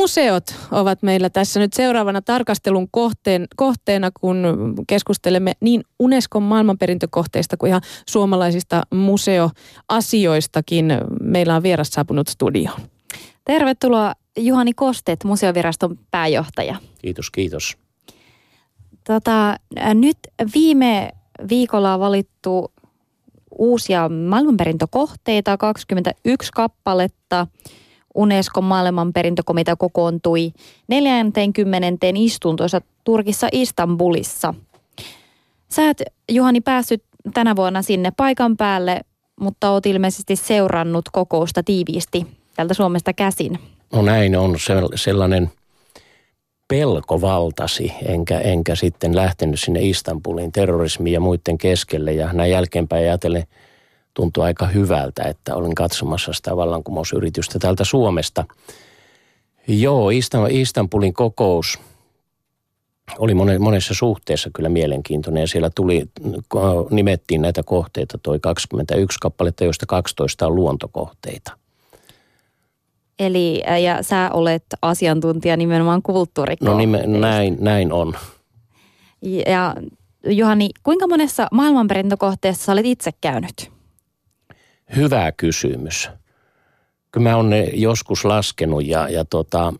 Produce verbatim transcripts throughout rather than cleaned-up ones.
Museot ovat meillä tässä nyt seuraavana tarkastelun kohteen, kohteena, kun keskustelemme niin Unescon maailmanperintökohteista kuin ihan suomalaisista museoasioistakin. Meillä on vieras saapunut studioon. Tervetuloa Juhani Kostedt, museoviraston pääjohtaja. Kiitos, kiitos. Tota, nyt viime viikolla on valittu uusia maailmanperintökohteita, kaksikymmentäyksi kappaletta. Unescon maailmanperintökomitea kokoontui neljännenkymmenenteen istuntoissa Turkissa Istanbulissa. Sä et, Juhani, päässyt tänä vuonna sinne paikan päälle, mutta oot ilmeisesti seurannut kokousta tiiviisti tältä Suomesta käsin. No näin on, sellainen pelko valtasi, enkä, enkä sitten lähtenyt sinne Istanbuliin terrorismin ja muiden keskelle. Ja näin jälkeenpäin ajatellen tuntui aika hyvältä, että olin katsomassa sitä vallankumousyritystä täältä Suomesta. Joo, Istanbulin kokous oli monessa suhteessa kyllä mielenkiintoinen ja siellä tuli, nimettiin näitä kohteita toi kaksikymmentäyksi kappaletta, joista kaksitoista on luontokohteita. Eli, ja sä olet asiantuntija nimenomaan kulttuurikohteissa. No nime, näin, näin on. Ja Juhani, kuinka monessa maailmanperintökohteessa sä olet itse käynyt? Hyvä kysymys. Kyllä mä oon ne joskus laskenut ja, ja tota,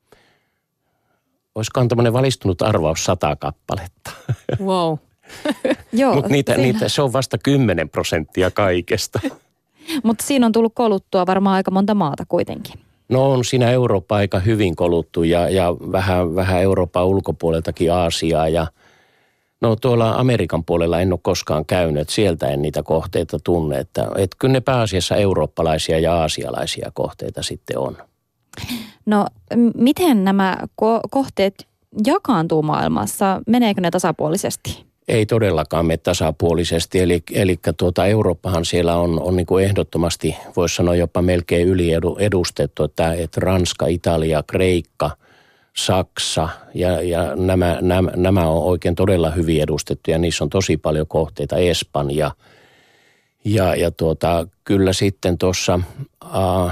olisikohan tämmöinen valistunut arvaus sata kappaletta. Wow. Mutta niitä, niitä, se on vasta kymmenen prosenttia kaikesta. Mutta siinä on tullut koluttua varmaan aika monta maata kuitenkin. No on siinä Eurooppa aika hyvin koluttu ja, ja vähän, vähän Euroopan ulkopuoleltakin Aasiaa ja no tuolla Amerikan puolella en ole koskaan käynyt, että sieltä en niitä kohteita tunne. Että, että kyllä ne pääasiassa eurooppalaisia ja aasialaisia kohteita sitten on. No miten nämä ko- kohteet jakaantuu maailmassa? Meneekö ne tasapuolisesti? Ei todellakaan mene tasapuolisesti, eli, eli tuota Eurooppahan siellä on, on niin kuin ehdottomasti, voisi sanoa jopa melkein yliedustettu, että, että Ranska, Italia, Kreikka, Saksa ja, ja nämä, nämä, nämä on oikein todella hyvin edustettu ja niissä on tosi paljon kohteita, Espanja ja, ja tuota, kyllä sitten tuossa äh,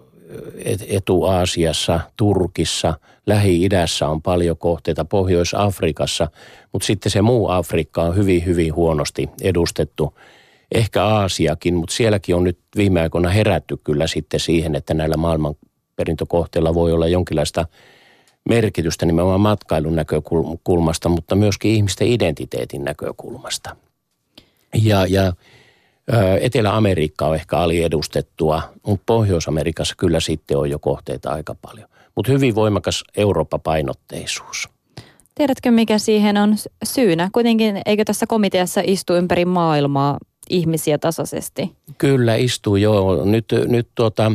Etu-Aasiassa, Turkissa, Lähi-idässä on paljon kohteita, Pohjois-Afrikassa, mutta sitten se muu Afrikka on hyvin, hyvin huonosti edustettu. Ehkä Aasiakin, mutta sielläkin on nyt viime aikoina herätty kyllä sitten siihen, että näillä maailmanperintökohteilla voi olla jonkinlaista merkitystä nimenomaan matkailun näkökulmasta, mutta myöskin ihmisten identiteetin näkökulmasta. Ja, ja Etelä-Amerikka on ehkä aliedustettua, mutta Pohjois-Amerikassa kyllä sitten on jo kohteita aika paljon. Mutta hyvin voimakas Eurooppa-painotteisuus. Tiedätkö, mikä siihen on syynä? Kuitenkin eikö tässä komiteassa istu ympäri maailmaa ihmisiä tasaisesti? Kyllä istuu joo. Nyt, nyt tuota,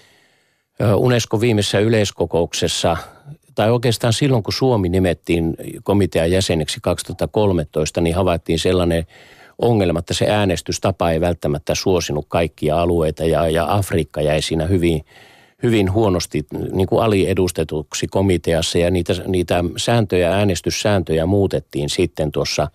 Unesco viimeisessä yleiskokouksessa, tai oikeastaan silloin kun Suomi nimettiin komitean jäseneksi kaksituhattakolmetoista, niin havaittiin sellainen ongelma, että se äänestystapa ei välttämättä suosinut kaikkia alueita ja, ja Afrikka jäi siinä hyvin, hyvin huonosti niin kuin aliedustetuksi komiteassa ja niitä, niitä sääntöjä, äänestyssääntöjä muutettiin sitten tuossa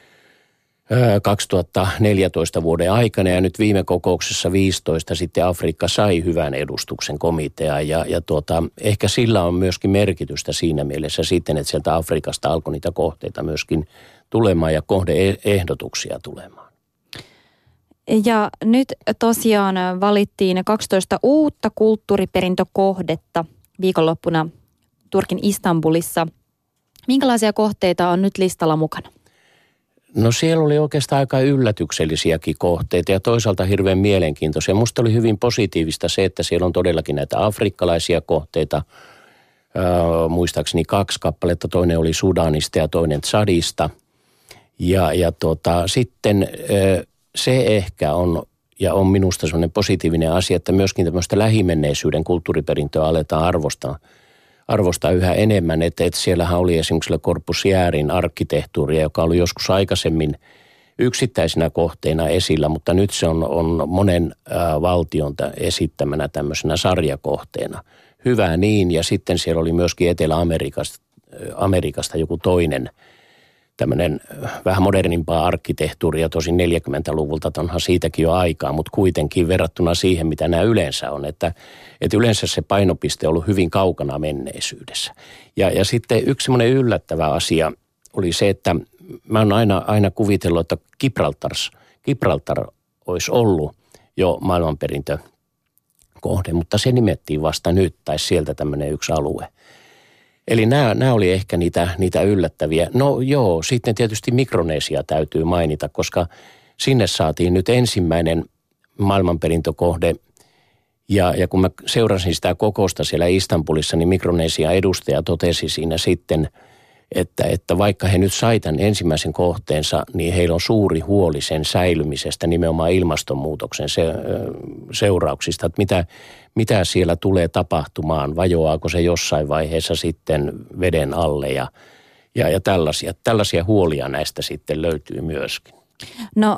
kaksituhattaneljätoista vuoden aikana ja nyt viime kokouksessa viisitoista sitten Afrikka sai hyvän edustuksen komiteaan ja, ja tuota, ehkä sillä on myöskin merkitystä siinä mielessä sitten, että sieltä Afrikasta alkoi niitä kohteita myöskin tulemaan ja kohdeehdotuksia tulemaan. Ja nyt tosiaan valittiin kaksitoista uutta kulttuuriperintökohdetta viikonloppuna Turkin Istanbulissa. Minkälaisia kohteita on nyt listalla mukana? No siellä oli oikeastaan aika yllätyksellisiäkin kohteita ja toisaalta hirveän mielenkiintoisia. Musta oli hyvin positiivista se, että siellä on todellakin näitä afrikkalaisia kohteita. Öö, muistaakseni kaksi kappaletta, toinen oli Sudanista ja toinen Tsadista. Ja, ja tota, sitten öö, se ehkä on, ja on minusta sellainen positiivinen asia, että myöskin tämmöistä lähimenneisyyden kulttuuriperintöä aletaan arvostaa. arvostaa yhä enemmän, että, että siellähän oli esimerkiksi Corbusièrin arkkitehtuuria, joka oli joskus aikaisemmin yksittäisinä kohteina esillä, mutta nyt se on, on monen ä, valtion esittämänä tämmöisenä sarjakohteena. Hyvä niin, ja sitten siellä oli myöskin Etelä-Amerikasta Amerikasta joku toinen, tämmöinen vähän modernimpaa arkkitehtuuria, tosin neljäkymmentäluvulta, onhan siitäkin jo aikaa, mutta kuitenkin verrattuna siihen, mitä nämä yleensä on, että, että yleensä se painopiste on ollut hyvin kaukana menneisyydessä. Ja, ja sitten yksi semmoinen yllättävä asia oli se, että mä oon aina, aina kuvitellut, että Gibraltars, Gibraltar olisi ollut jo maailmanperintökohde, mutta se nimettiin vasta nyt, tai sieltä tämmöinen yksi alue. Eli nämä, nämä oli ehkä niitä, niitä yllättäviä. No joo, sitten tietysti Mikronesia täytyy mainita, koska sinne saatiin nyt ensimmäinen maailmanperintökohde. Ja, ja kun mä seurasin sitä kokousta siellä Istanbulissa, niin Mikronesian edustaja totesi siinä sitten, että, että vaikka he nyt sai tämän ensimmäisen kohteensa, niin heillä on suuri huoli sen säilymisestä nimenomaan ilmastonmuutoksen se, seurauksista, että mitä, mitä siellä tulee tapahtumaan, vajoaako se jossain vaiheessa sitten veden alle ja, ja, ja tällaisia, tällaisia huolia näistä sitten löytyy myöskin. No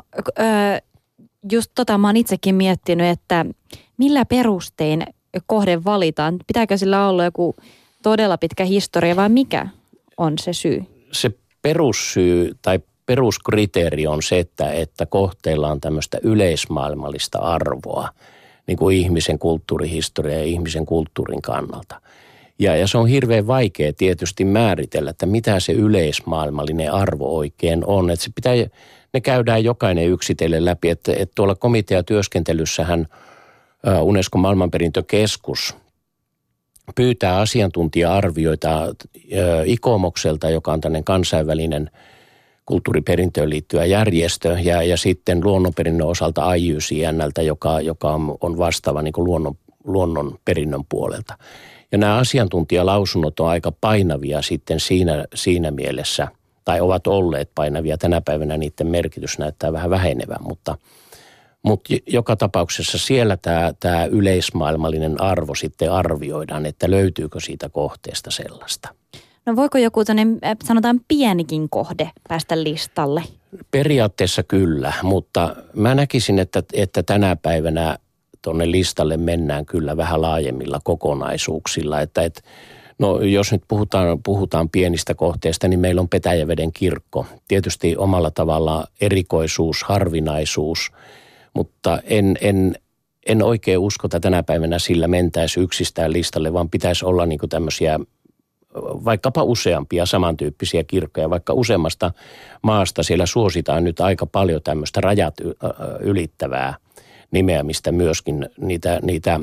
just tota mä oon itsekin miettinyt, että millä perustein kohde valitaan? Pitääkö sillä olla joku todella pitkä historia vai mikä on se syy? Se perussyy tai peruskriteeri on se, että, että kohteilla on tämmöistä yleismaailmallista arvoa, niin kuin ihmisen kulttuurihistoria ja ihmisen kulttuurin kannalta. Ja, ja se on hirveän vaikea tietysti määritellä, että mitä se yleismaailmallinen arvo oikein on. Että se pitää, ne käydään jokainen yksitellen läpi, että, että tuolla komiteatyöskentelyssähän Unescon maailmanperintökeskus pyytää asiantuntija-arvioita ICOMOKselta, joka on tämmöinen kansainvälinen kulttuuriperintöön liittyvä järjestö, ja, ja sitten luonnonperinnön osalta I U C N:ltä, joka, joka on, on vastaava niin kuin luonnon, luonnonperinnön puolelta. Ja nämä asiantuntijalausunnot on aika painavia sitten siinä, siinä mielessä, tai ovat olleet painavia. Tänä päivänä niiden merkitys näyttää vähän vähenevän, mutta Mutta joka tapauksessa siellä tämä, tämä yleismaailmallinen arvo sitten arvioidaan, että löytyykö siitä kohteesta sellaista. No voiko joku tämmöinen, sanotaan pienikin kohde päästä listalle? Periaatteessa kyllä, mutta mä näkisin, että, että tänä päivänä tuonne listalle mennään kyllä vähän laajemmilla kokonaisuuksilla. Että, että, no jos nyt puhutaan, puhutaan pienistä kohteista, niin meillä on Petäjäveden kirkko. Tietysti omalla tavalla erikoisuus, harvinaisuus. Mutta en, en, en oikein usko, että tänä päivänä sillä mentäisi yksistään listalle, vaan pitäisi olla niin kuin tämmöisiä vaikkapa useampia samantyyppisiä kirkkoja. Vaikka useammasta maasta siellä suositaan nyt aika paljon tämmöistä rajat ylittävää nimeämistä myöskin. Niitä, niitä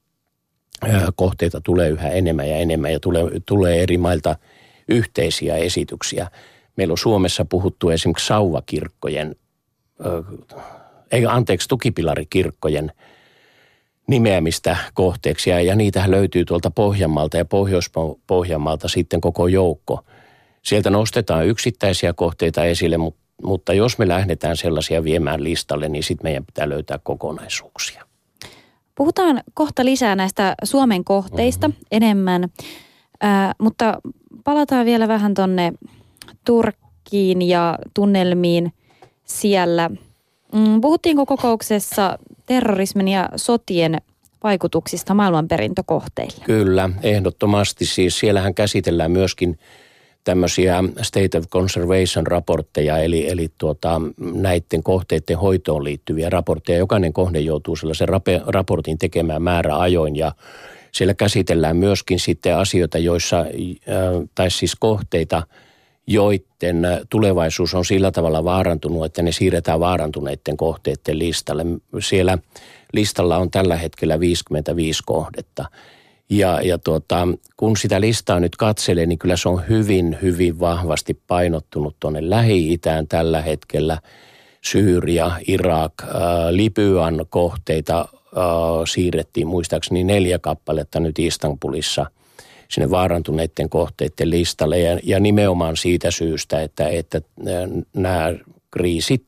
kohteita tulee yhä enemmän ja enemmän ja tulee, tulee eri mailta yhteisiä esityksiä. Meillä on Suomessa puhuttu esimerkiksi sauvakirkkojen Ei, anteeksi, tukipilarikirkkojen nimeämistä kohteeksi, ja, ja niitähän löytyy tuolta Pohjanmaalta ja Pohjois-Pohjanmaalta sitten koko joukko. Sieltä nostetaan yksittäisiä kohteita esille, mutta, mutta jos me lähdetään sellaisia viemään listalle, niin sitten meidän pitää löytää kokonaisuuksia. Puhutaan kohta lisää näistä Suomen kohteista mm-hmm. enemmän, äh, mutta palataan vielä vähän tonne Turkkiin ja tunnelmiin siellä. Puhuttiinko kokouksessa terrorismin ja sotien vaikutuksista maailmanperintökohteille? Kyllä, ehdottomasti. Siis siellähän käsitellään myöskin tämmöisiä State of Conservation-raportteja, eli, eli tuota, näiden kohteiden hoitoon liittyviä raportteja. Jokainen kohde joutuu sellaisen raportin tekemään määräajoin, ja siellä käsitellään myöskin sitten asioita, joissa, tai siis kohteita, joiden tulevaisuus on sillä tavalla vaarantunut, että ne siirretään vaarantuneiden kohteiden listalle. Siellä listalla on tällä hetkellä viisikymmentäviisi kohdetta. Ja, ja tuota, kun sitä listaa nyt katselee, niin kyllä se on hyvin, hyvin vahvasti painottunut tuonne Lähi-Itään tällä hetkellä. Syyria, Irak, ää, Libyan kohteita ää, siirrettiin muistaakseni neljä kappaletta nyt Istanbulissa sinne vaarantuneiden kohteiden listalle, ja, ja nimenomaan siitä syystä, että, että nämä kriisit,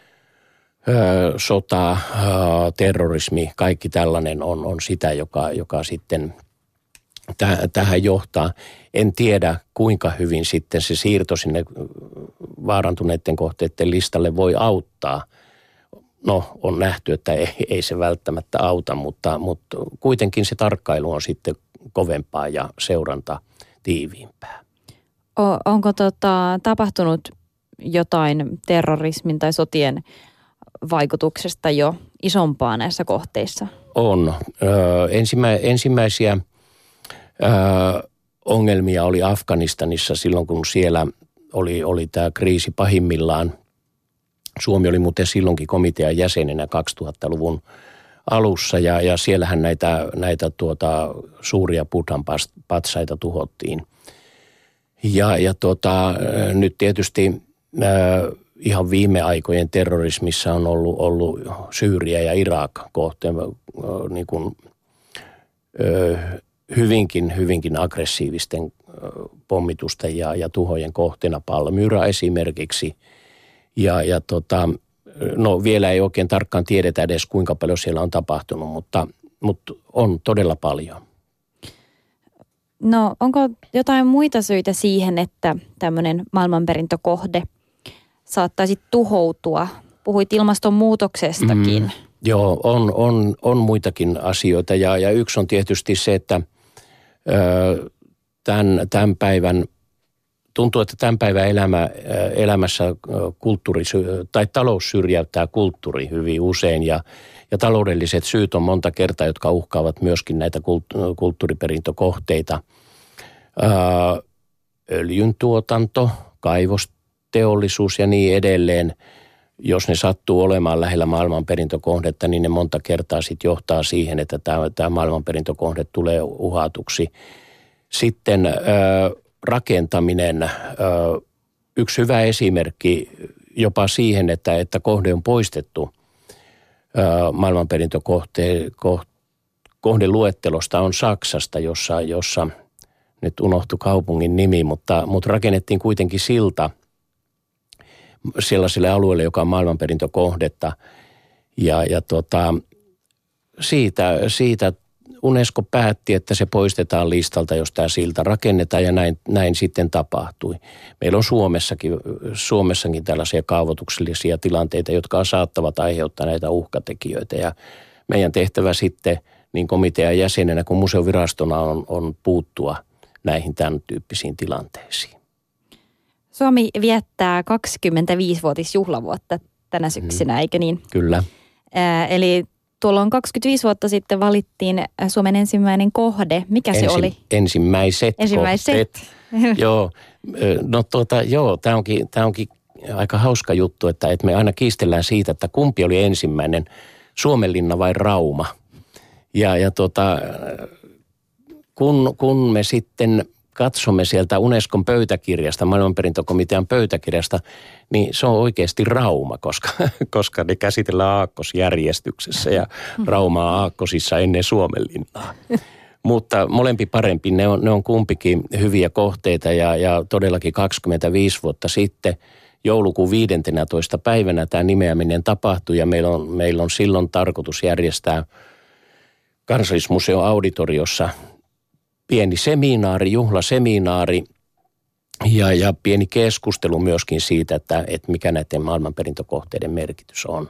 ö, sota, ö, terrorismi, kaikki tällainen on, on sitä, joka, joka sitten täh, tähän johtaa. En tiedä, kuinka hyvin sitten se siirto sinne vaarantuneiden kohteiden listalle voi auttaa. No, on nähty, että ei, ei se välttämättä auta, mutta, mutta kuitenkin se tarkkailu on sitten kovempaa ja seuranta tiiviimpää. O, onko tota, tapahtunut jotain terrorismin tai sotien vaikutuksesta jo isompaa näissä kohteissa? On. Ö, ensimmä, ensimmäisiä ö, ongelmia oli Afganistanissa silloin, kun siellä oli, oli tämä kriisi pahimmillaan. Suomi oli muuten silloinkin komitean jäsenenä kaksituhattaluvun alussa ja, ja siellähän näitä, näitä tuota, suuria buddhan patsaita tuhottiin. Ja, ja tuota, nyt tietysti äh, ihan viime aikojen terrorismissa on ollut, ollut Syyria ja Irak kohteen äh, niin kuin, äh, hyvinkin, hyvinkin aggressiivisten äh, pommitusten ja, ja tuhojen kohteena. Palmyra esimerkiksi. Ja, ja tota, no vielä ei oikein tarkkaan tiedetä edes kuinka paljon siellä on tapahtunut, mutta, mutta on todella paljon. No onko jotain muita syitä siihen, että tämmöinen maailmanperintökohde saattaisi tuhoutua? Puhuit ilmastonmuutoksestakin. Mm, joo, on, on, on muitakin asioita ja, ja yksi on tietysti se, että ö, tämän, tämän päivän, tuntuu, että tämän päivän elämä, elämässä kulttuuri tai talous syrjäyttää kulttuuri hyvin usein ja, ja taloudelliset syyt on monta kertaa, jotka uhkaavat myöskin näitä kulttuuriperintökohteita. Öljyntuotanto, kaivosteollisuus ja niin edelleen, jos ne sattuu olemaan lähellä maailmanperintökohdetta, niin ne monta kertaa sitten johtaa siihen, että tämä, tämä maailmanperintökohde tulee uhatuksi. Sitten ö, rakentaminen, yksi hyvä esimerkki jopa siihen, että, että kohde on poistettu maailmanperintökohden luettelosta on Saksasta, jossa, jossa nyt unohtui kaupungin nimi, mutta, mutta rakennettiin kuitenkin silta sellaiselle alueelle, joka on maailmanperintökohdetta ja, ja tota, siitä, siitä UNESCO päätti, että se poistetaan listalta, jos tämä silta rakennetaan ja näin, näin sitten tapahtui. Meillä on Suomessakin, Suomessakin tällaisia kaavoituksellisia tilanteita, jotka saattavat aiheuttaa näitä uhkatekijöitä ja meidän tehtävä sitten niin komitean jäsenenä kuin museovirastona on, on puuttua näihin tämän tyyppisiin tilanteisiin. Suomi viettää kaksikymmentäviisivuotisjuhlavuotta tänä syksynä, mm. eikö niin? Kyllä. Ää, eli tuolloin kaksikymmentäviisi vuotta sitten valittiin Suomen ensimmäinen kohde. Mikä Ensi, se oli? Ensimmäiset, ensimmäiset. kohteet. Joo, no tuota, joo, tämä onkin, tämä onkin aika hauska juttu, että, että me aina kiistellään siitä, että kumpi oli ensimmäinen, Suomenlinna vai Rauma. Ja, ja tuota, kun, kun me sitten katsomme sieltä Unescon pöytäkirjasta, maailmanperintökomitean pöytäkirjasta, niin se on oikeasti Rauma, koska, koska ne käsitellään aakkosjärjestyksessä ja Rauma on aakkosissa ennen Suomenlinnaa. Mutta molempi parempi, ne on, ne on kumpikin hyviä kohteita ja, ja todellakin kaksikymmentäviisi vuotta sitten joulukuun viidentenätoista päivänä tämä nimeäminen tapahtui ja meillä on, meillä on silloin tarkoitus järjestää Kansallismuseon auditoriossa pieni seminaari, juhlaseminaari ja, ja pieni keskustelu myöskin siitä, että, että mikä näiden maailmanperintökohteiden merkitys on.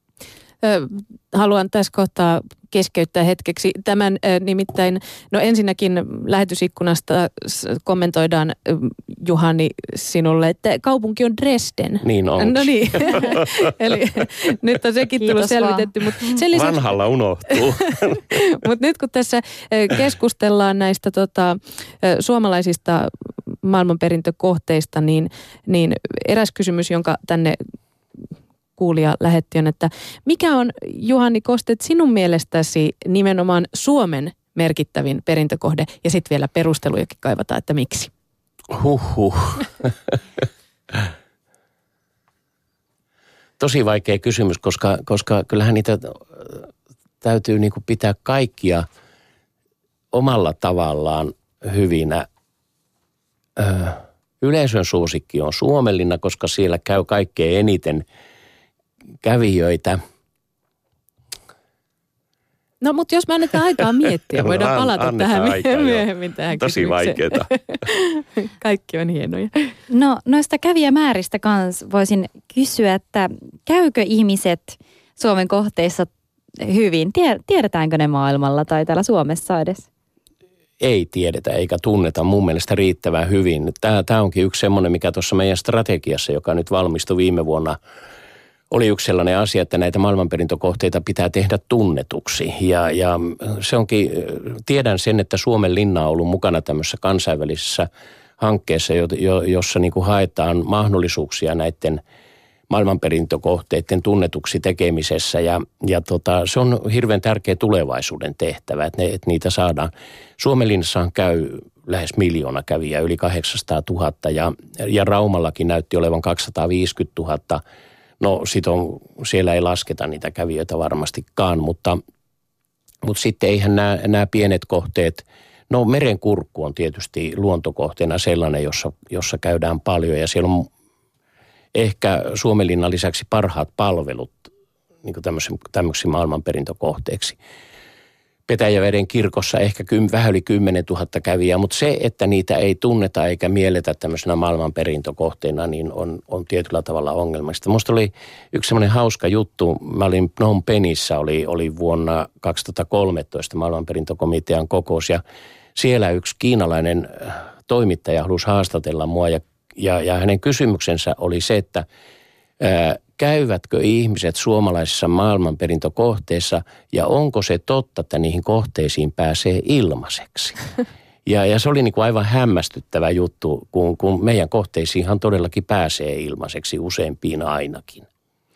Haluan tässä kohtaa keskeyttää hetkeksi tämän nimittäin, no ensinnäkin lähetysikkunasta kommentoidaan Juhani sinulle, että kaupunki on Dresden. Niin on. No niin, eli nyt on sekin tullut selvitetty. Mutta sen lisäksi, vanhalla unohtuu. Mutta nyt kun tässä keskustellaan näistä tota, suomalaisista maailmanperintökohteista, niin, niin eräs kysymys, jonka tänne kuulija lähetti on, että mikä on, Juhani Kostet, sinun mielestäsi nimenomaan Suomen merkittävin perintökohde? Ja sitten vielä perustelujakin kaivataan, että miksi. Huhhuh. Tosi vaikea kysymys, koska, koska kyllähän niitä täytyy niin kuin pitää kaikkia omalla tavallaan hyvinä. Yleisön suosikki on Suomenlinna, koska siellä käy kaikkein eniten kävijöitä. No mutta jos me annetaan aikaa miettiä, voidaan palata An, tähän aikaa, myöhemmin jo. Tähän Tosi vaikeaa. Kaikki on hienoja. No noista kävijämääristä kans voisin kysyä, että käykö ihmiset Suomen kohteissa hyvin? Tiedetäänkö ne maailmalla tai täällä Suomessa edes? ei tiedetä eikä tunneta mun mielestä riittävän hyvin. Tämä, tämä onkin yksi semmoinen, mikä tuossa meidän strategiassa, joka nyt valmistui viime vuonna, oli yksi sellainen asia, että näitä maailmanperintökohteita pitää tehdä tunnetuksi. Ja, ja se onkin, tiedän sen, että Suomen linna on ollut mukana tämmöisessä kansainvälisessä hankkeessa, jossa niin kuin haetaan mahdollisuuksia näiden maailmanperintökohteiden tunnetuksi tekemisessä. Ja, ja tota, se on hirveän tärkeä tulevaisuuden tehtävä, että, ne, että niitä saadaan. Suomen linnassahan käy lähes miljoona kävijää, yli kahdeksansataatuhatta ja, ja Raumallakin näytti olevan kaksisataaviisikymmentätuhatta. No sit on, siellä ei lasketa niitä kävijöitä varmastikaan, mutta, mutta sitten eihän nämä, nämä pienet kohteet, no Merenkurkku on tietysti luontokohteena sellainen, jossa, jossa käydään paljon ja siellä on ehkä Suomenlinnan lisäksi parhaat palvelut niin tämmöisiin maailmanperintökohteeksi. Petäjäveden kirkossa ehkä kym, vähän yli kymmenen tuhatta kävijää, mutta se, että niitä ei tunneta eikä mielletä tämmöisenä maailmanperintökohteena, niin on, on tietyllä tavalla ongelmallista. Musta oli yksi semmoinen hauska juttu. Mä olin Phnom Penhissä, oli, oli vuonna kaksituhattakolmetoista maailmanperintökomitean kokous ja siellä yksi kiinalainen toimittaja halusi haastatella mua ja, ja, ja hänen kysymyksensä oli se, että ää, käyvätkö ihmiset suomalaisissa maailmanperintökohteissa ja onko se totta, että niihin kohteisiin pääsee ilmaiseksi? Ja, ja se oli niin kuin aivan hämmästyttävä juttu, kun, kun meidän kohteisiinhan todellakin pääsee ilmaiseksi useampiin ainakin.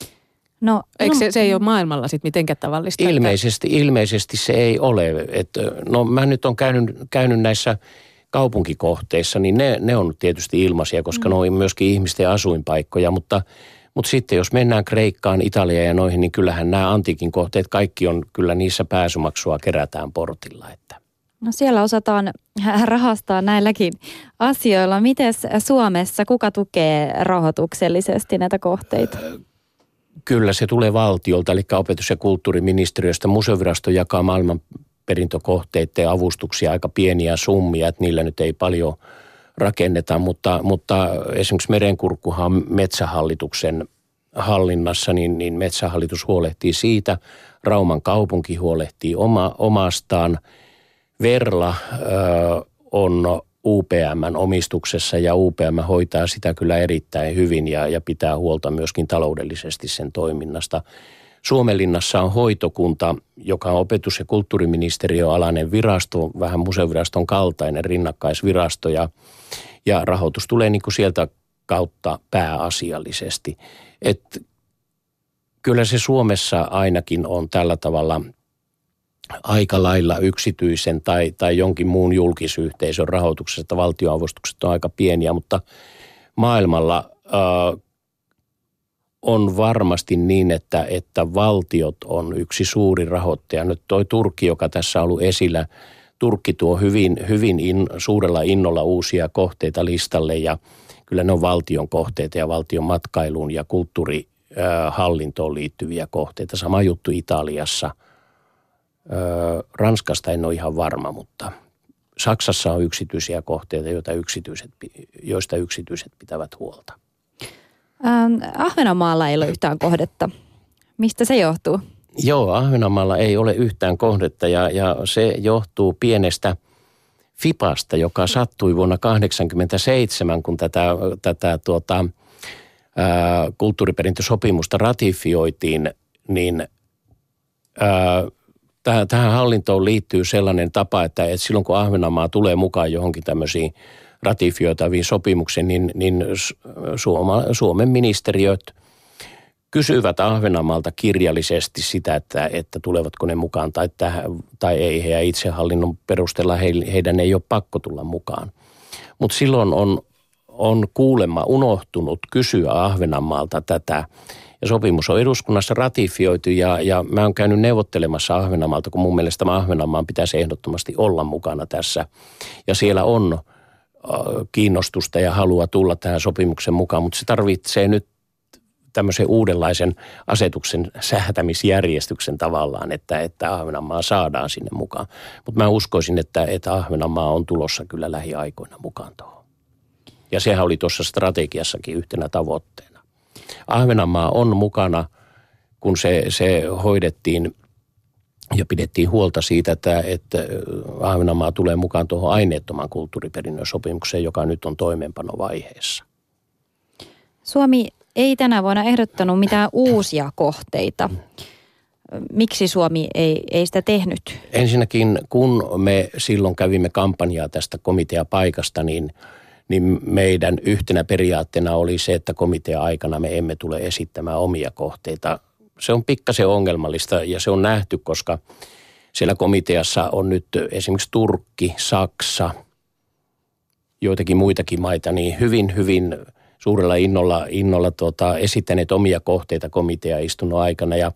No, eikö se, se ei ole maailmalla sitten mitenkään tavallista? Ilmeisesti, että... ilmeisesti se ei ole. Et, no mä nyt olen käynyt, käynyt näissä kaupunkikohteissa, niin ne, ne on tietysti ilmaisia, koska mm. ne on myöskin ihmisten asuinpaikkoja, mutta Mutta sitten jos mennään Kreikkaan, Italiaan ja noihin, niin kyllähän nämä antiikin kohteet, kaikki on, kyllä niissä pääsymaksua kerätään portilla. Että. No siellä osataan rahastaa näilläkin asioilla. Miten Suomessa, kuka tukee rahoituksellisesti näitä kohteita? Kyllä se tulee valtiolta, eli opetus- ja kulttuuriministeriöstä. Museovirasto jakaa maailmanperintökohteiden avustuksia aika pieniä summia, että niillä nyt ei paljon rakennetaan, mutta, mutta esimerkiksi Merenkurkkuhan Metsähallituksen hallinnassa, niin, niin Metsähallitus huolehtii siitä. Rauman kaupunki huolehtii oma, omastaan. Verla ö, on U P M:n omistuksessa ja U P M hoitaa sitä kyllä erittäin hyvin ja, ja pitää huolta myöskin taloudellisesti sen toiminnasta. Suomenlinnassa on hoitokunta, joka on opetus- ja kulttuuriministeriön alainen virasto, vähän museoviraston kaltainen rinnakkaisvirasto ja, ja rahoitus tulee niin kuin sieltä kautta pääasiallisesti. Et kyllä se Suomessa ainakin on tällä tavalla aika lailla yksityisen tai, tai jonkin muun julkisyhteisön rahoituksessa, että valtionavustukset on aika pieniä, mutta maailmalla äh, on varmasti niin, että, että valtiot on yksi suuri rahoittaja. Nyt toi Turkki, joka tässä on ollut esillä, Turkki tuo hyvin, hyvin in, suurella innolla uusia kohteita listalle ja kyllä ne on valtion kohteita ja valtion matkailuun ja kulttuurihallintoon liittyviä kohteita. Sama juttu Italiassa. Ranskasta en ole ihan varma, mutta Saksassa on yksityisiä kohteita, joita yksityiset, joista yksityiset pitävät huolta. Ähm, Ahvenanmaalla ei ole yhtään kohdetta. Mistä se johtuu? Joo, Ahvenanmaalla ei ole yhtään kohdetta ja, ja se johtuu pienestä FIPasta, joka sattui vuonna tuhatyhdeksänsataakahdeksankymmentäseitsemän, kun tätä, tätä tuota, ää, kulttuuriperintösopimusta ratifioitiin, niin ää, tähän hallintoon liittyy sellainen tapa, että, että silloin kun Ahvenanmaa tulee mukaan johonkin tämmöisiin ratifioitaviin sopimuksiin, niin, niin Suoma, Suomen ministeriöt kysyvät Ahvenanmaalta kirjallisesti sitä, että, että tulevatko ne mukaan tai, tai ei. Heidän itsehallinnon perusteella he, heidän ei ole pakko tulla mukaan. Mutta silloin on, on kuulemma unohtunut kysyä Ahvenanmaalta tätä. Ja sopimus on eduskunnassa ratifioitu ja, ja mä oon käynyt neuvottelemassa Ahvenanmaalta, kun mun mielestä Ahvenanmaan pitäisi ehdottomasti olla mukana tässä. Ja siellä on kiinnostusta ja halua tulla tähän sopimuksen mukaan, mutta se tarvitsee nyt tämmöisen uudenlaisen asetuksen säätämisjärjestyksen tavallaan, että, että Ahvenanmaa saadaan sinne mukaan. Mutta mä uskoisin, että, että Ahvenanmaa on tulossa kyllä lähiaikoina mukaan tuohon. Ja sehän oli tuossa strategiassakin yhtenä tavoitteena. Ahvenanmaa on mukana, kun se, se hoidettiin ja pidettiin huolta siitä, että, että Ahvenanmaa tulee mukaan tuohon aineettoman kulttuuriperinnön sopimukseen, joka nyt on toimeenpanovaiheessa. Suomi ei tänä vuonna ehdottanut mitään uusia kohteita. Miksi Suomi ei, ei sitä tehnyt? Ensinnäkin, kun me silloin kävimme kampanjaa tästä komiteapaikasta, niin, niin meidän yhtenä periaatteena oli se, että komitea-aikana me emme tule esittämään omia kohteita. Se on pikkasen ongelmallista ja se on nähty, koska siellä komiteassa on nyt esimerkiksi Turkki, Saksa, joitakin muitakin maita, niin hyvin, hyvin suurella innolla, innolla tuota, esittäneet omia kohteita komitea-istunnon aikana ja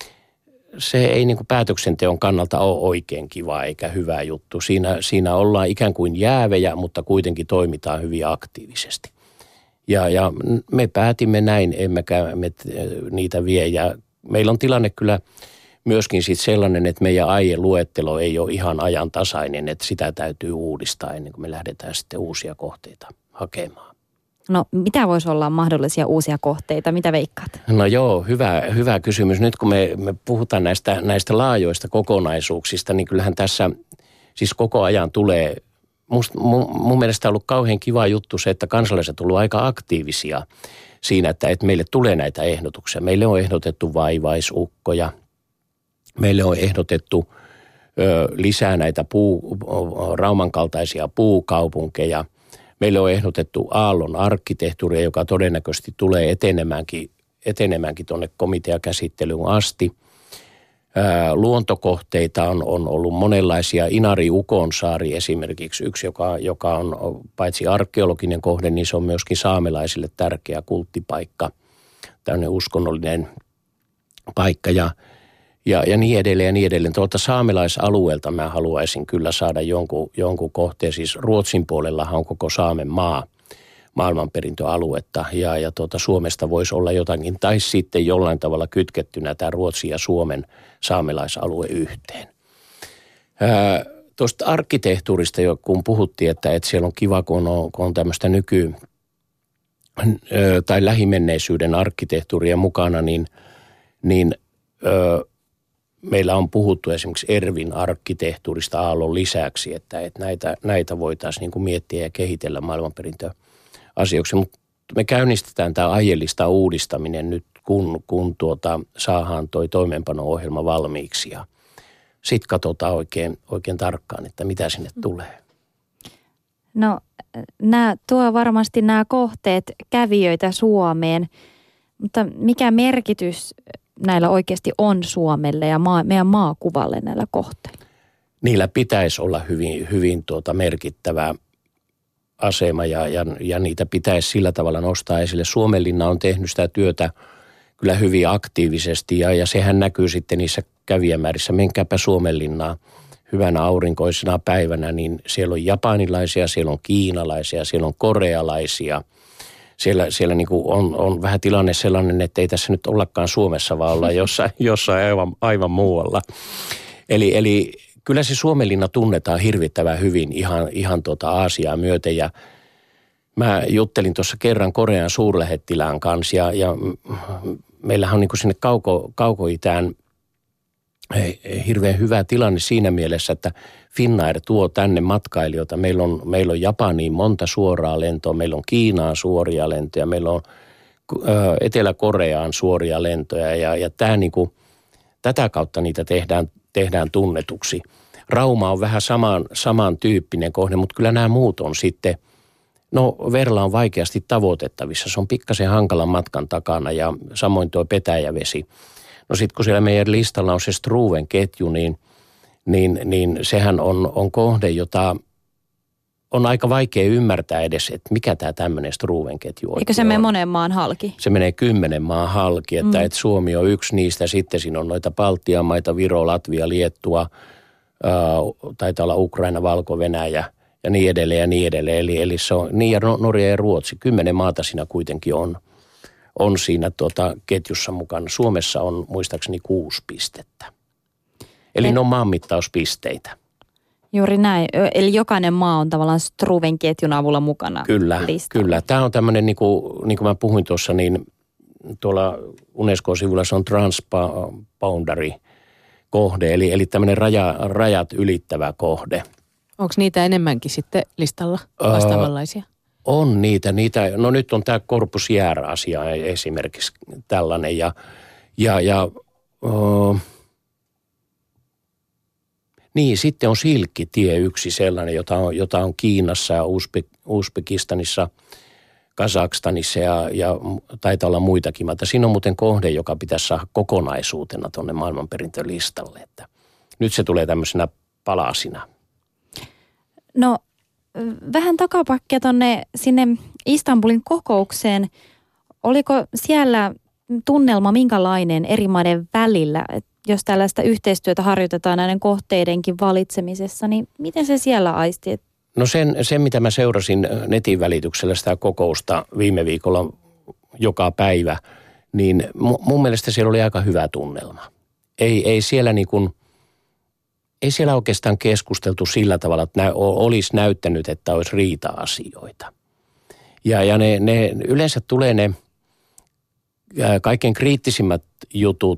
se ei niin kuin päätöksenteon kannalta ole oikein kiva eikä hyvä juttu. Siinä, siinä ollaan ikään kuin jäävejä, mutta kuitenkin toimitaan hyvin aktiivisesti. Ja, ja me päätimme näin, emmekä me niitä vie. Ja meillä on tilanne kyllä myöskin sit sellainen, että meidän aieluettelo ei ole ihan ajantasainen, että sitä täytyy uudistaa ennen kuin me lähdetään sitten uusia kohteita hakemaan. No mitä voisi olla mahdollisia uusia kohteita? Mitä veikkaat? No joo, hyvä, hyvä kysymys. Nyt kun me, me puhutaan näistä, näistä laajoista kokonaisuuksista, niin kyllähän tässä siis koko ajan tulee, must, mun, mun mielestä on ollut kauhean kiva juttu se, että kansalaiset on ollut aika aktiivisia siinä, että, että meille tulee näitä ehdotuksia. Meille on ehdotettu vaivaisukkoja, meille on ehdotettu ö, lisää näitä puu, Rauman kaltaisia puukaupunkeja. Meille on ehdotettu Aallon arkkitehtuuria, joka todennäköisesti tulee etenemäänkin, etenemäänkin tuonne komiteakäsittelyyn asti. Ää, luontokohteita on, on ollut monenlaisia. Inari-Ukonsaari esimerkiksi yksi, joka, joka on paitsi arkeologinen kohde, niin se on myöskin saamelaisille tärkeä kulttipaikka, tämmöinen uskonnollinen paikka ja Ja, ja niin edelleen ja niin edelleen. Tuolta saamelaisalueelta mä haluaisin kyllä saada jonkun, jonkun kohteen. Siis Ruotsin puolellahan on koko Saamen maa, maailmanperintöaluetta. Ja, ja tuota Suomesta voisi olla jotakin. Tai sitten jollain tavalla kytkettynä tämä Ruotsin ja Suomen saamelaisalue yhteen. Ää, tuosta arkkitehtuurista, kun puhuttiin, että, että siellä on kiva, kun on, kun on tämmöistä nyky- tai lähimenneisyyden arkkitehtuuria mukana, niin, niin ö, meillä on puhuttu esimerkiksi Ervin arkkitehtuurista Aallon lisäksi, että, että näitä, näitä voitaisiin niin kuin miettiä ja kehitellä maailmanperintöasioiksi. Mutta me käynnistetään tämä aiheellista uudistaminen nyt, kun, kun tuota, saadaan toi toimeenpano-ohjelma valmiiksi. Ja sitten katsotaan oikein, oikein tarkkaan, että mitä sinne tulee. No nämä, tuo varmasti nämä kohteet kävijöitä Suomeen, mutta mikä merkitys näillä oikeasti on Suomelle ja maa, meidän maakuvalle näillä kohteilla? Niillä pitäisi olla hyvin, hyvin tuota merkittävä asema ja, ja, ja niitä pitäisi sillä tavalla nostaa esille. Suomenlinna on tehnyt sitä työtä kyllä hyvin aktiivisesti ja, ja sehän näkyy sitten niissä kävijämäärissä. Menkääpä Suomenlinnaa hyvänä aurinkoisena päivänä, niin siellä on japanilaisia, siellä on kiinalaisia, siellä on korealaisia. Siellä, siellä niin kuin on, on vähän tilanne sellainen, että ei tässä nyt ollakaan Suomessa, vaan olla jossain, jossain aivan, aivan muualla. Eli, eli kyllä se Suomenlinna tunnetaan hirvittävän hyvin ihan, ihan tuota Aasiaa myöten. Ja mä juttelin tuossa kerran Korean suurlähettilään kanssa ja, ja meillähän on niin kuin sinne kauko, kaukoitään hirveän hyvä tilanne siinä mielessä, että Finnair tuo tänne matkailijoita. Meillä on, meillä on Japaniin monta suoraa lentoa, meillä on Kiinaan suoria lentoja, meillä on ö, Etelä-Koreaan suoria lentoja ja, ja tää niinku, tätä kautta niitä tehdään, tehdään tunnetuksi. Rauma on vähän saman, samantyyppinen kohde, mutta kyllä nämä muut on sitten, no Verla on vaikeasti tavoitettavissa. Se on pikkasen hankalan matkan takana ja samoin tuo Petäjävesi. No sitten kun siellä meidän listalla on se Struven ketju, niin, niin, niin sehän on, on kohde, jota on aika vaikea ymmärtää edes, että mikä tämä tämmöinen Struven ketju oikein on. Eikö se mene monen maan halki? Se menee kymmenen maan halki, että, mm. että Suomi on yksi niistä. Sitten siinä on noita Baltian maita, Viro, Latvia, Liettua, ää, taitaa olla Ukraina, Valko-Venäjä ja niin edelleen ja niin edelleen. Eli, eli se on niin ja Norja ja Ruotsi. Kymmenen maata siinä kuitenkin on. on siinä tuota ketjussa mukana. Suomessa on muistaakseni kuusi pistettä. Eli ne on maanmittauspisteitä. Juuri näin. Eli jokainen maa on tavallaan Struven ketjun avulla mukana. Kyllä, listalla. Kyllä. Tämä on tämmöinen, niin kuin, niin kuin mä puhuin tuossa, niin tuolla Unesco-sivulla se on transboundary kohde, eli, eli tämmöinen raja, rajat ylittävä kohde. Onko niitä enemmänkin sitten listalla vastaavanlaisia? Öö, on niitä, niitä. No nyt on tämä Corpus Jäära-asia esimerkiksi tällainen ja, ja, ja öö, niin sitten on Silkkitie yksi sellainen, jota on, jota on Kiinassa ja Uzbe, Uzbekistanissa, Kazakstanissa ja, ja taitaa olla muitakin. Mutta siinä on muuten kohde, joka pitäisi saada kokonaisuutena tuonne maailmanperintölistalle. Että nyt se tulee tämmöisenä palasina. No vähän takapakkia tonne sinne Istanbulin kokoukseen. Oliko siellä tunnelma minkälainen eri maiden välillä? Et jos tällaista yhteistyötä harjoitetaan näiden kohteidenkin valitsemisessa, niin miten se siellä aisti? No sen, sen mitä mä seurasin netin välityksellä sitä kokousta viime viikolla joka päivä, niin mun mielestä siellä oli aika hyvä tunnelma. Ei, ei siellä niin kuin, ei siellä oikeastaan keskusteltu sillä tavalla, että nä, olisi näyttänyt, että olisi riita-asioita. Ja, ja ne, ne yleensä tulee ne kaikkein kriittisimmät jutut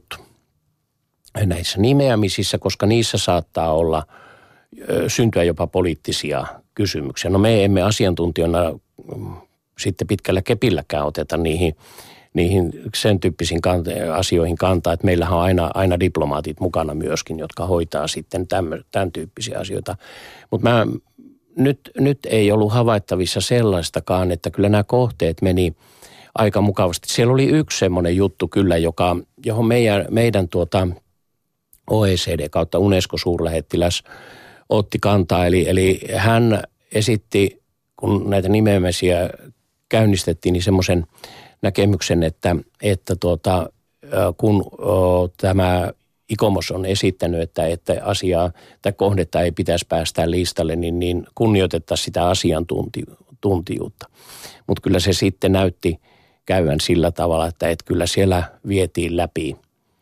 näissä nimeämisissä, koska niissä saattaa olla syntyä jopa poliittisia kysymyksiä. No me emme asiantuntijana sitten pitkällä kepilläkään oteta niihin, niihin sen tyyppisiin kante- asioihin kantaa, että meillähän on aina, aina diplomaatit mukana myöskin, jotka hoitaa sitten tämän, tämän tyyppisiä asioita. Mutta mä nyt, nyt ei ollut havaittavissa sellaistakaan, että kyllä nämä kohteet meni aika mukavasti. Siellä oli yksi semmoinen juttu kyllä, joka, johon meidän, meidän tuota O E C D kautta UNESCO-suurlähettiläs otti kantaa. Eli, eli hän esitti, kun näitä nimeämisiä käynnistettiin, niin semmoisen näkemyksen, että, että tuota, kun o, tämä ICOMOS on esittänyt, että, että asiaa tai kohdetta ei pitäisi päästää listalle, niin, niin kunnioitettaisiin sitä asiantuntijuutta. Mutta kyllä se sitten näytti käyvän sillä tavalla, että, että kyllä siellä vietiin läpi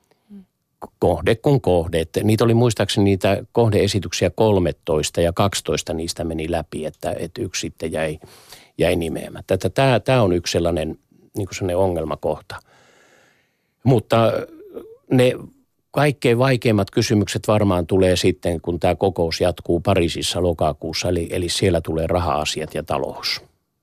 kohde kun kohde. Että niitä oli muistaakseni niitä kohdeesityksiä kolmetoista ja kaksitoista niistä meni läpi, että, että yksi sitten jäi, jäi nimeämättä. Tämä, tämä on yksi sellainen, niin kuin sellainen ongelmakohta. Mutta ne kaikkein vaikeimmat kysymykset varmaan tulee sitten, kun tämä kokous jatkuu Pariisissa lokakuussa, eli, eli siellä tulee raha-asiat ja talous.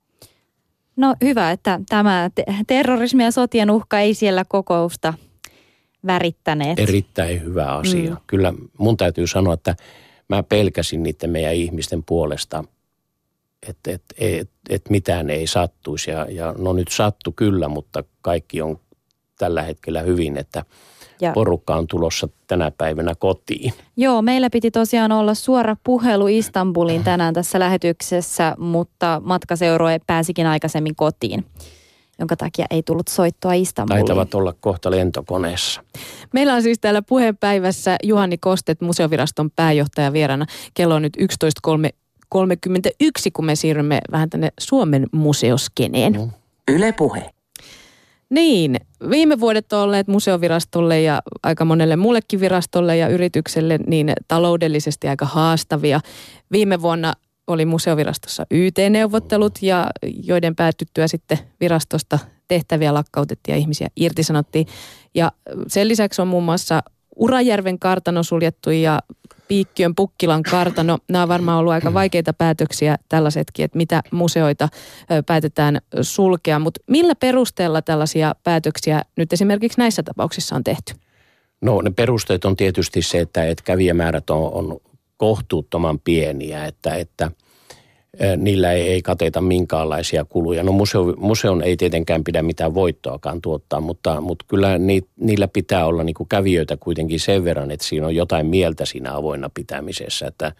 No hyvä, että tämä te- terrorismi ja sotien uhka ei siellä kokousta värittäneet. Erittäin hyvä asia. Mm. Kyllä mun täytyy sanoa, että mä pelkäsin niiden meidän ihmisten puolesta, että et, et, et mitään ei sattuisi. Ja, ja no nyt sattu kyllä, mutta kaikki on tällä hetkellä hyvin, että ja porukka on tulossa tänä päivänä kotiin. Joo, meillä piti tosiaan olla suora puhelu Istanbuliin tänään tässä lähetyksessä, mutta matkaseurue pääsikin aikaisemmin kotiin, jonka takia ei tullut soittoa Istanbuliin. Taitavat olla kohta lentokoneessa. Meillä on siis täällä puheenpäivässä Juhani Kostet, Museoviraston pääjohtaja vieraana. Kello on nyt yksitoista kolmekymmentäyksi, kun me siirrymme vähän tänne Suomen museoskeneen. No. Yle Puhe. Niin, viime vuodet on olleet Museovirastolle ja aika monelle muullekin virastolle ja yritykselle niin taloudellisesti aika haastavia. Viime vuonna oli Museovirastossa Y T-neuvottelut, ja joiden päätyttyä sitten virastosta tehtäviä lakkautettiin ja ihmisiä irtisanottiin. Ja sen lisäksi on muun muassa Urajärven kartano suljettu ja Piikkiön Pukkilan kartano. Nämä on varmaan ollut aika vaikeita päätöksiä tällaisetkin, että mitä museoita päätetään sulkea. Mutta millä perusteella tällaisia päätöksiä nyt esimerkiksi näissä tapauksissa on tehty? No ne perusteet on tietysti se, että, että kävijämäärät on, on kohtuuttoman pieniä, että, että niillä ei, ei kateta minkäänlaisia kuluja. No museo, museon ei tietenkään pidä mitään voittoakaan tuottaa, mutta, mutta kyllä ni, niillä pitää olla niin kuin kävijöitä kuitenkin sen verran, että siinä on jotain mieltä siinä avoinna pitämisessä. Että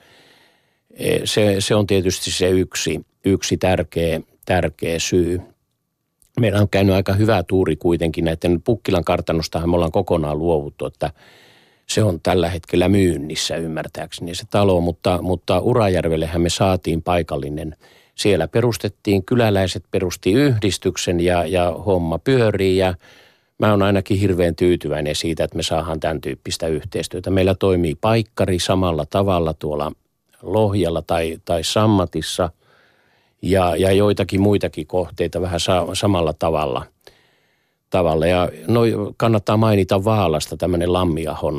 se, se on tietysti se yksi, yksi tärkeä, tärkeä syy. Meillä on käynyt aika hyvä tuuri kuitenkin näiden Pukkilan kartanostahan me ollaan kokonaan luovuttu, että se on tällä hetkellä myynnissä ymmärtääkseni se talo, mutta, mutta Urajärvellehän me saatiin paikallinen. Siellä perustettiin, kyläläiset perusti yhdistyksen ja, ja homma pyörii ja mä oon ainakin hirveän tyytyväinen siitä, että me saadaan tämän tyyppistä yhteistyötä. Meillä toimii paikkari samalla tavalla tuolla Lohjalla tai, tai Sammatissa ja, ja joitakin muitakin kohteita vähän sa, samalla tavalla. tavalla. Ja no, kannattaa mainita Vaalasta tämmöinen Lammiahon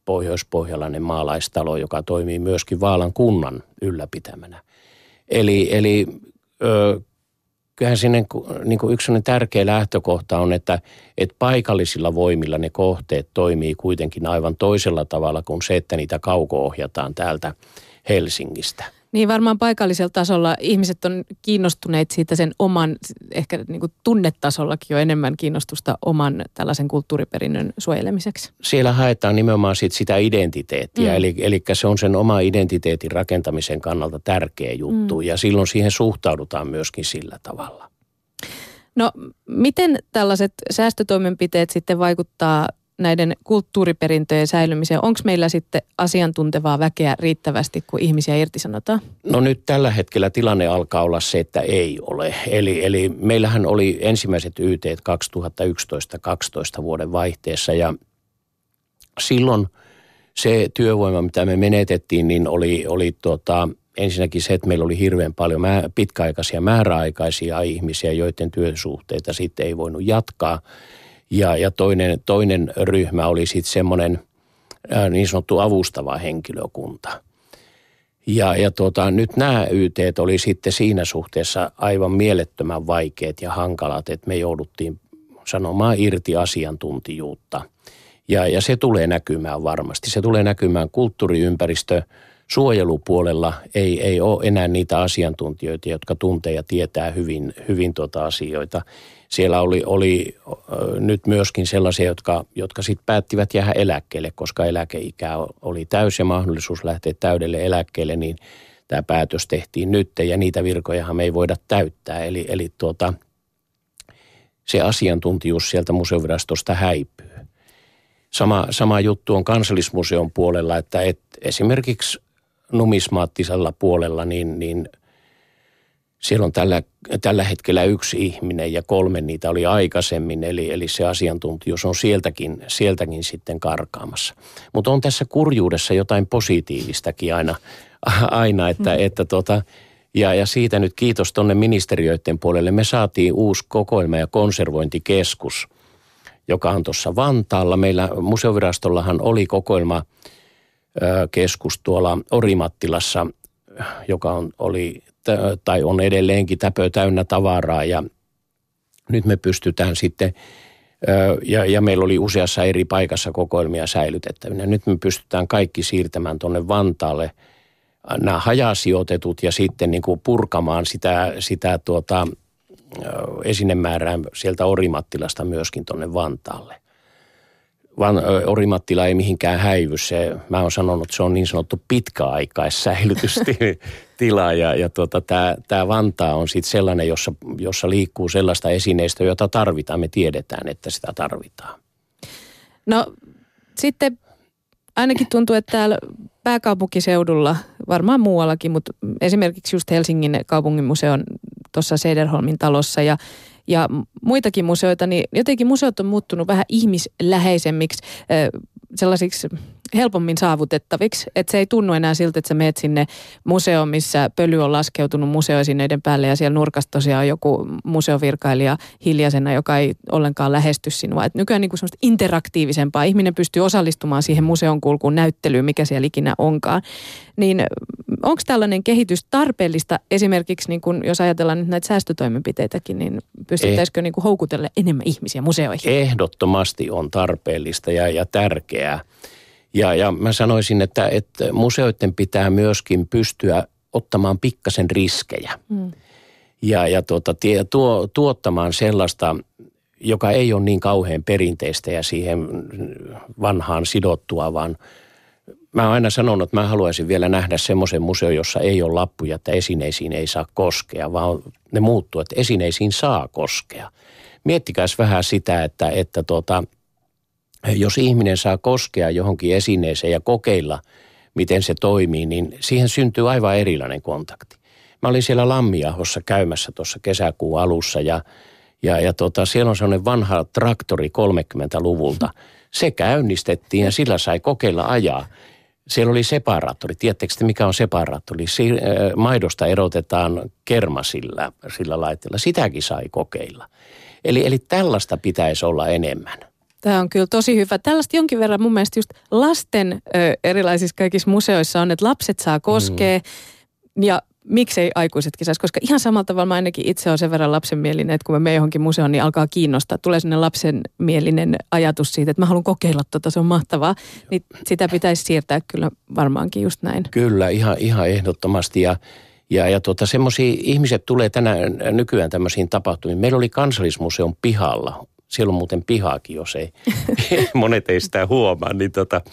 pohjoispohjalainen maalaistalo, joka toimii myöskin Vaalan kunnan ylläpitämänä. Eli, eli ö, kyllähän sinne niin kuin yksi tärkeä lähtökohta on, että, että paikallisilla voimilla ne kohteet toimii kuitenkin aivan toisella tavalla kuin se, että niitä kauko-ohjataan täältä Helsingistä. Niin varmaan paikallisella tasolla ihmiset on kiinnostuneet siitä sen oman, ehkä niin kuin tunnetasollakin jo enemmän kiinnostusta oman tällaisen kulttuuriperinnön suojelemiseksi. Siellä haetaan nimenomaan sit sitä identiteettiä, mm. eli, eli se on sen oma identiteetin rakentamisen kannalta tärkeä juttu mm. ja silloin siihen suhtaudutaan myöskin sillä tavalla. No miten tällaiset säästötoimenpiteet sitten vaikuttaa näiden kulttuuriperintöjen säilymiseen? Onko meillä sitten asiantuntevaa väkeä riittävästi, kun ihmisiä irtisanotaan? No nyt tällä hetkellä tilanne alkaa olla se, että ei ole. Eli, eli meillähän oli ensimmäiset Y T:t kaksituhattayksitoista kaksitoista vuoden vaihteessa ja silloin se työvoima, mitä me menetettiin, niin oli, oli tota, ensinnäkin se, että meillä oli hirveän paljon mä, pitkäaikaisia määräaikaisia ihmisiä, joiden työsuhteita sitten ei voinut jatkaa. Ja, ja toinen, toinen ryhmä oli sitten semmoinen ää, niin sanottu avustava henkilökunta. Ja, ja tota, nyt nämä Y T:t oli sitten siinä suhteessa aivan mielettömän vaikeat ja hankalat, että me jouduttiin sanomaan irti asiantuntijuutta. Ja, ja se tulee näkymään varmasti. Se tulee näkymään kulttuuriympäristö. Suojelupuolella ei, ei ole enää niitä asiantuntijoita, jotka tuntee ja tietää hyvin, hyvin tuota asioita. Siellä oli, oli nyt myöskin sellaisia, jotka, jotka sitten päättivät jäädä eläkkeelle, koska eläkeikä oli täys ja mahdollisuus lähteä täydelle eläkkeelle, niin tämä päätös tehtiin nyt ja niitä virkojahan me ei voida täyttää. Eli, eli tuota, se asiantuntijuus sieltä museovirastosta häipyy. Sama, sama juttu on Kansallismuseon puolella, että et esimerkiksi numismaattisella puolella, niin, niin siellä on tällä, tällä hetkellä yksi ihminen ja kolme niitä oli aikaisemmin, eli, eli se asiantuntijuus on sieltäkin, sieltäkin sitten karkaamassa. Mutta on tässä kurjuudessa jotain positiivistakin aina, aina että, mm. että tota, ja, ja siitä nyt kiitos tuonne ministeriöiden puolelle. Me saatiin uusi kokoelma- ja konservointikeskus, joka on tuossa Vantaalla. Meillä museovirastollahan oli kokoelma keskus tuolla Orimattilassa, joka on, oli tai on edelleenkin täpö täynnä tavaraa ja nyt me pystytään sitten, ja, ja meillä oli useassa eri paikassa kokoelmia säilytettävinä. Nyt me pystytään kaikki siirtämään tuonne Vantaalle nämä hajasijoitetut ja sitten niin kuin purkamaan sitä, sitä tuota, esinemäärää sieltä Orimattilasta myöskin tuonne Vantaalle. Van, Orimattila ei mihinkään häivy. Se, mä oon sanonut, että se on niin sanottu pitkäaikaissäilytystila ja, ja tuota, tämä Vantaa on sitten sellainen, jossa, jossa liikkuu sellaista esineistöä, jota tarvitaan. Me tiedetään, että sitä tarvitaan. No sitten ainakin tuntuu, että täällä pääkaupunkiseudulla, varmaan muuallakin, mutta esimerkiksi just Helsingin kaupunginmuseon tuossa Sederholmin talossa ja Ja muitakin museoita, niin jotenkin museot on muuttunut vähän ihmisläheisemmiksi, sellaisiksi helpommin saavutettaviksi. Että se ei tunnu enää siltä, että sä meet sinne museoon, missä pöly on laskeutunut museoesineiden päälle ja siellä nurkassa tosiaan on joku museovirkailija hiljaisena, joka ei ollenkaan lähesty sinua. Et nykyään niin kuin semmoista interaktiivisempaa. Ihminen pystyy osallistumaan siihen museon kulkuun näyttelyyn, mikä siellä ikinä onkaan. Niin onko tällainen kehitys tarpeellista esimerkiksi, niin kun, jos ajatellaan nyt näitä säästötoimenpiteitäkin, niin pystyttäisikö niin kuin houkutella enemmän ihmisiä museoihin? Ehdottomasti on tarpeellista ja, ja tärkeää. Ja, ja mä sanoisin, että, että museoiden pitää myöskin pystyä ottamaan pikkasen riskejä. Mm. Ja, ja tuota, tie, tuo, tuottamaan sellaista, joka ei ole niin kauhean perinteistä ja siihen vanhaan sidottua, vaan mä oon aina sanonut, että mä haluaisin vielä nähdä semmoisen museon, jossa ei ole lappuja, että esineisiin ei saa koskea, vaan ne muuttuu, että esineisiin saa koskea. Miettikäs vähän sitä, että, että tuota, jos ihminen saa koskea johonkin esineeseen ja kokeilla, miten se toimii, niin siihen syntyy aivan erilainen kontakti. Mä olin siellä Lammiahossa käymässä tuossa kesäkuun alussa ja, ja, ja tota, siellä on sellainen vanha traktori kolmekymmentäluvulta. Se käynnistettiin ja sillä sai kokeilla ajaa. Siellä oli separaattori. Tiedättekö te, mikä on separaattori? Maidosta erotetaan kerma sillä, sillä laitteella. Sitäkin sai kokeilla. Eli, eli tällaista pitäisi olla enemmän. Tämä on kyllä tosi hyvä. Tällaista jonkin verran mun mielestä just lasten ö, erilaisissa kaikissa museoissa on, että lapset saa koskea mm. ja miksei aikuisetkin saisi, koska ihan samalla tavalla mä ainakin itse olen sen verran lapsenmielinen, että kun mä menen johonkin museoon, niin alkaa kiinnostaa. Tulee sellainen lapsenmielinen ajatus siitä, että mä haluan kokeilla tota, se on mahtavaa. Niin sitä pitäisi siirtää kyllä varmaankin just näin. Kyllä, ihan, ihan ehdottomasti ja Ja, ja tuota, semmoisia ihmiset tulee tänään nykyään tämmöisiin tapahtumiin. Meillä oli Kansallismuseon pihalla. Siellä on muuten pihaakin, jos ei monet ei sitä huomaa. Niin tota,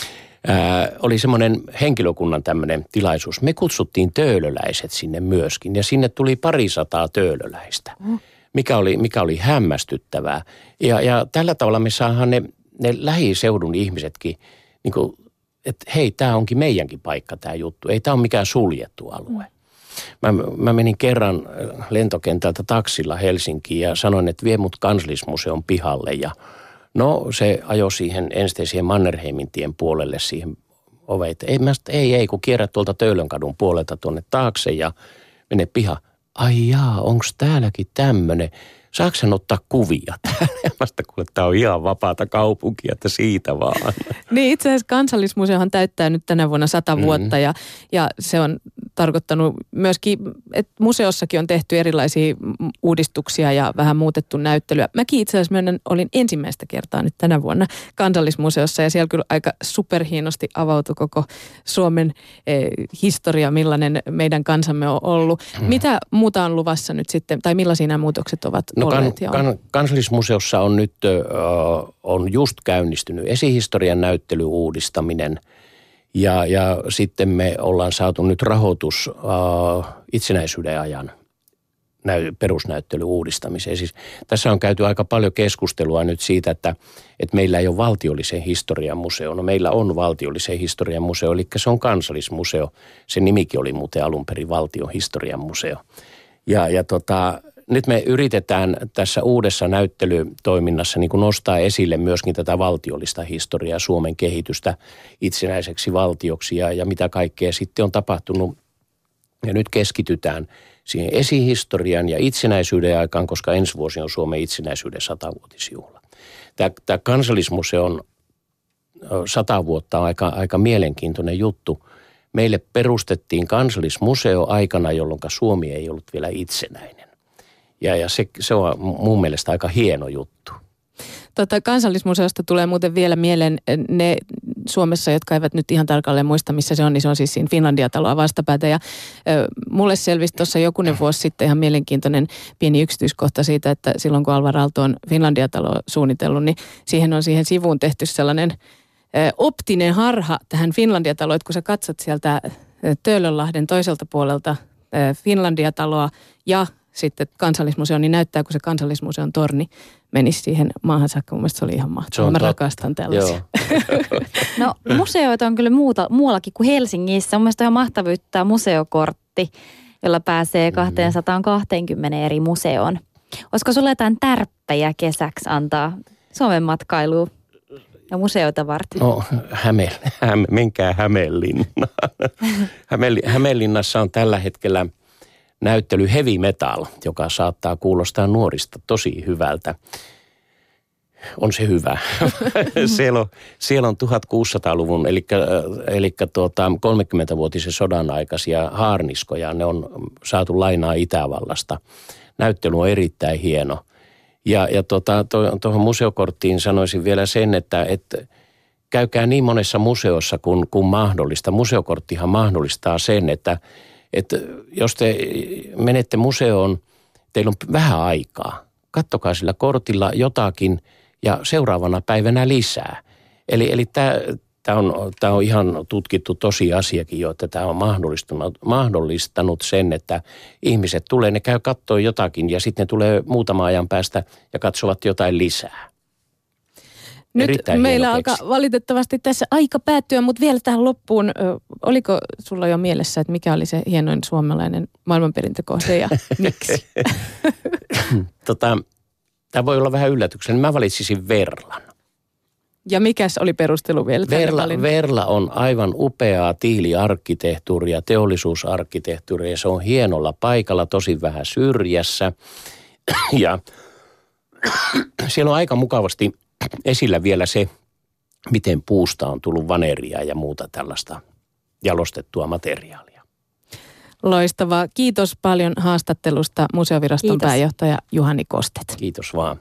ää, oli semmoinen henkilökunnan tämmöinen tilaisuus. Me kutsuttiin töölöläiset sinne myöskin ja sinne tuli parisataa töölöläistä, mikä oli, mikä oli hämmästyttävää. Ja, ja tällä tavalla me saadaan ne, ne lähiseudun ihmisetkin, niin kuin, että hei, tämä onkin meidänkin paikka tämä juttu. Ei tämä ole mikään suljettu alue. Mä, mä menin kerran lentokentältä taksilla Helsinkiin ja sanoin, että vie mut Kansallismuseon pihalle. Ja no se ajoi siihen ensin siihen Mannerheimin tien puolelle siihen oveita. Ei, mä sitä, ei, ei, kun kierrät tuolta Töölönkadun puolelta tuonne taakse ja mene piha. Ai jaa, onks täälläkin tämmönen? Saatko sen ottaa kuvia täällä? Ja mä sitä kuule, että tää on ihan vapaata kaupunkia, että siitä vaan. Niin, itse asiassa Kansallismuseohan täyttää nyt tänä vuonna sata mm-hmm. vuotta ja, ja se on tarkoittanut myöskin, että museossakin on tehty erilaisia uudistuksia ja vähän muutettu näyttelyä. Mäkin itse asiassa myönnän, olin ensimmäistä kertaa nyt tänä vuonna Kansallismuseossa ja siellä kyllä aika superhienosti avautui koko Suomen eh, historia, millainen meidän kansamme on ollut. Mm. Mitä muuta on luvassa nyt sitten, tai millaisia nämä muutokset ovat no, olleet? Kan, kan, Kansallismuseossa on nyt ö, on just käynnistynyt esihistorian näyttely uudistaminen. Ja, ja sitten me ollaan saatu nyt rahoitus uh, itsenäisyyden ajan näy, perusnäyttelyn uudistamiseen. Siis tässä on käyty aika paljon keskustelua nyt siitä, että, että meillä ei ole valtiollisen historian museo. No meillä on valtiollisen historian museo, eli se on Kansallismuseo. Se nimikin oli muuten alun perin valtion historian museo. Ja, ja tota, nyt me yritetään tässä uudessa näyttelytoiminnassa niin kuin nostaa esille myöskin tätä valtiollista historiaa, Suomen kehitystä itsenäiseksi valtioksi ja, ja mitä kaikkea sitten on tapahtunut. Ja nyt keskitytään siihen esihistorian ja itsenäisyyden aikaan, koska ensi vuosi on Suomen itsenäisyyden satavuotisjuhla. Tämä, tämä Kansallismuseon sata vuotta on aika, aika mielenkiintoinen juttu. Meille perustettiin Kansallismuseo aikana, jolloin Suomi ei ollut vielä itsenäinen. Ja, ja se, se on mun mielestä aika hieno juttu. Tota, Kansallismuseosta tulee muuten vielä mieleen ne Suomessa, jotka eivät nyt ihan tarkalleen muista, missä se on, niin se on siis siinä Finlandia-taloa vastapäätä. Ja ö, mulle selvisi tuossa jokunen vuosi sitten ihan mielenkiintoinen pieni yksityiskohta siitä, että silloin kun Alvar Aalto on Finlandia-taloa suunnitellut, niin siihen on siihen sivuun tehty sellainen ö, optinen harha tähän Finlandia-taloon, että kun sä katsot sieltä Töölönlahden toiselta puolelta ö, Finlandia-taloa ja sitten Kansallismuseo, niin näyttää, kun se Kansallismuseon torni menisi siihen maahan saakka. Mun mielestä se oli ihan mahtavaa. Mä totta. rakastan tällaisia. No museoita on kyllä muuta, muuallakin kuin Helsingissä. Mun mielestä on ihan mahtavyyttä museokortti, jolla pääsee kaksisataakaksikymmentä eri museoon. Olisiko sulla jotain tärppejä kesäksi antaa Suomen matkailuun ja museoita varten? No Hämeen, Häme, menkää Hämeenlinnaan. Hämeenlinnassa on tällä hetkellä näyttely Heavy Metal, joka saattaa kuulostaa nuorista tosi hyvältä. On se hyvä. siellä, on, siellä on tuhatkuusisataaluvun, eli, eli tuota, kolmekymmentävuotisen sodan aikaisia haarniskoja. Ne on saatu lainaa Itävallasta. Näyttely on erittäin hieno. Ja, ja tuota, tuohon museokorttiin sanoisin vielä sen, että, että käykää niin monessa museossa kuin, kuin mahdollista. Museokorttihan mahdollistaa sen, että että jos te menette museoon, teillä on vähän aikaa. Kattokaa sillä kortilla jotakin ja seuraavana päivänä lisää. Eli, eli tämä on, tämä on ihan tutkittu tosiasiakin jo, että tämä on mahdollistanut, mahdollistanut sen, että ihmiset tulee, ne käy katsoa jotakin ja sitten ne tulee muutaman ajan päästä ja katsovat jotain lisää. Nyt meillä alkaa valitettavasti tässä aika päättyä, mutta vielä tähän loppuun. Ö, oliko sulla jo mielessä, että mikä oli se hienoin suomalainen maailmanperintökohde ja miksi? tota, tämä voi olla vähän yllätyksen. Mä valitsisin Verlan. Ja mikäs oli perustelu vielä? Verla, Verla on aivan upeaa tiiliarkkitehtuuria, teollisuusarkkitehtuuria. Se on hienolla paikalla, tosi vähän syrjässä. Ja siellä on aika mukavasti esillä vielä se, miten puusta on tullut vaneria ja muuta tällaista jalostettua materiaalia. Loistavaa. Kiitos paljon haastattelusta museoviraston Kiitos. pääjohtaja Juhani Kostet. Kiitos vaan.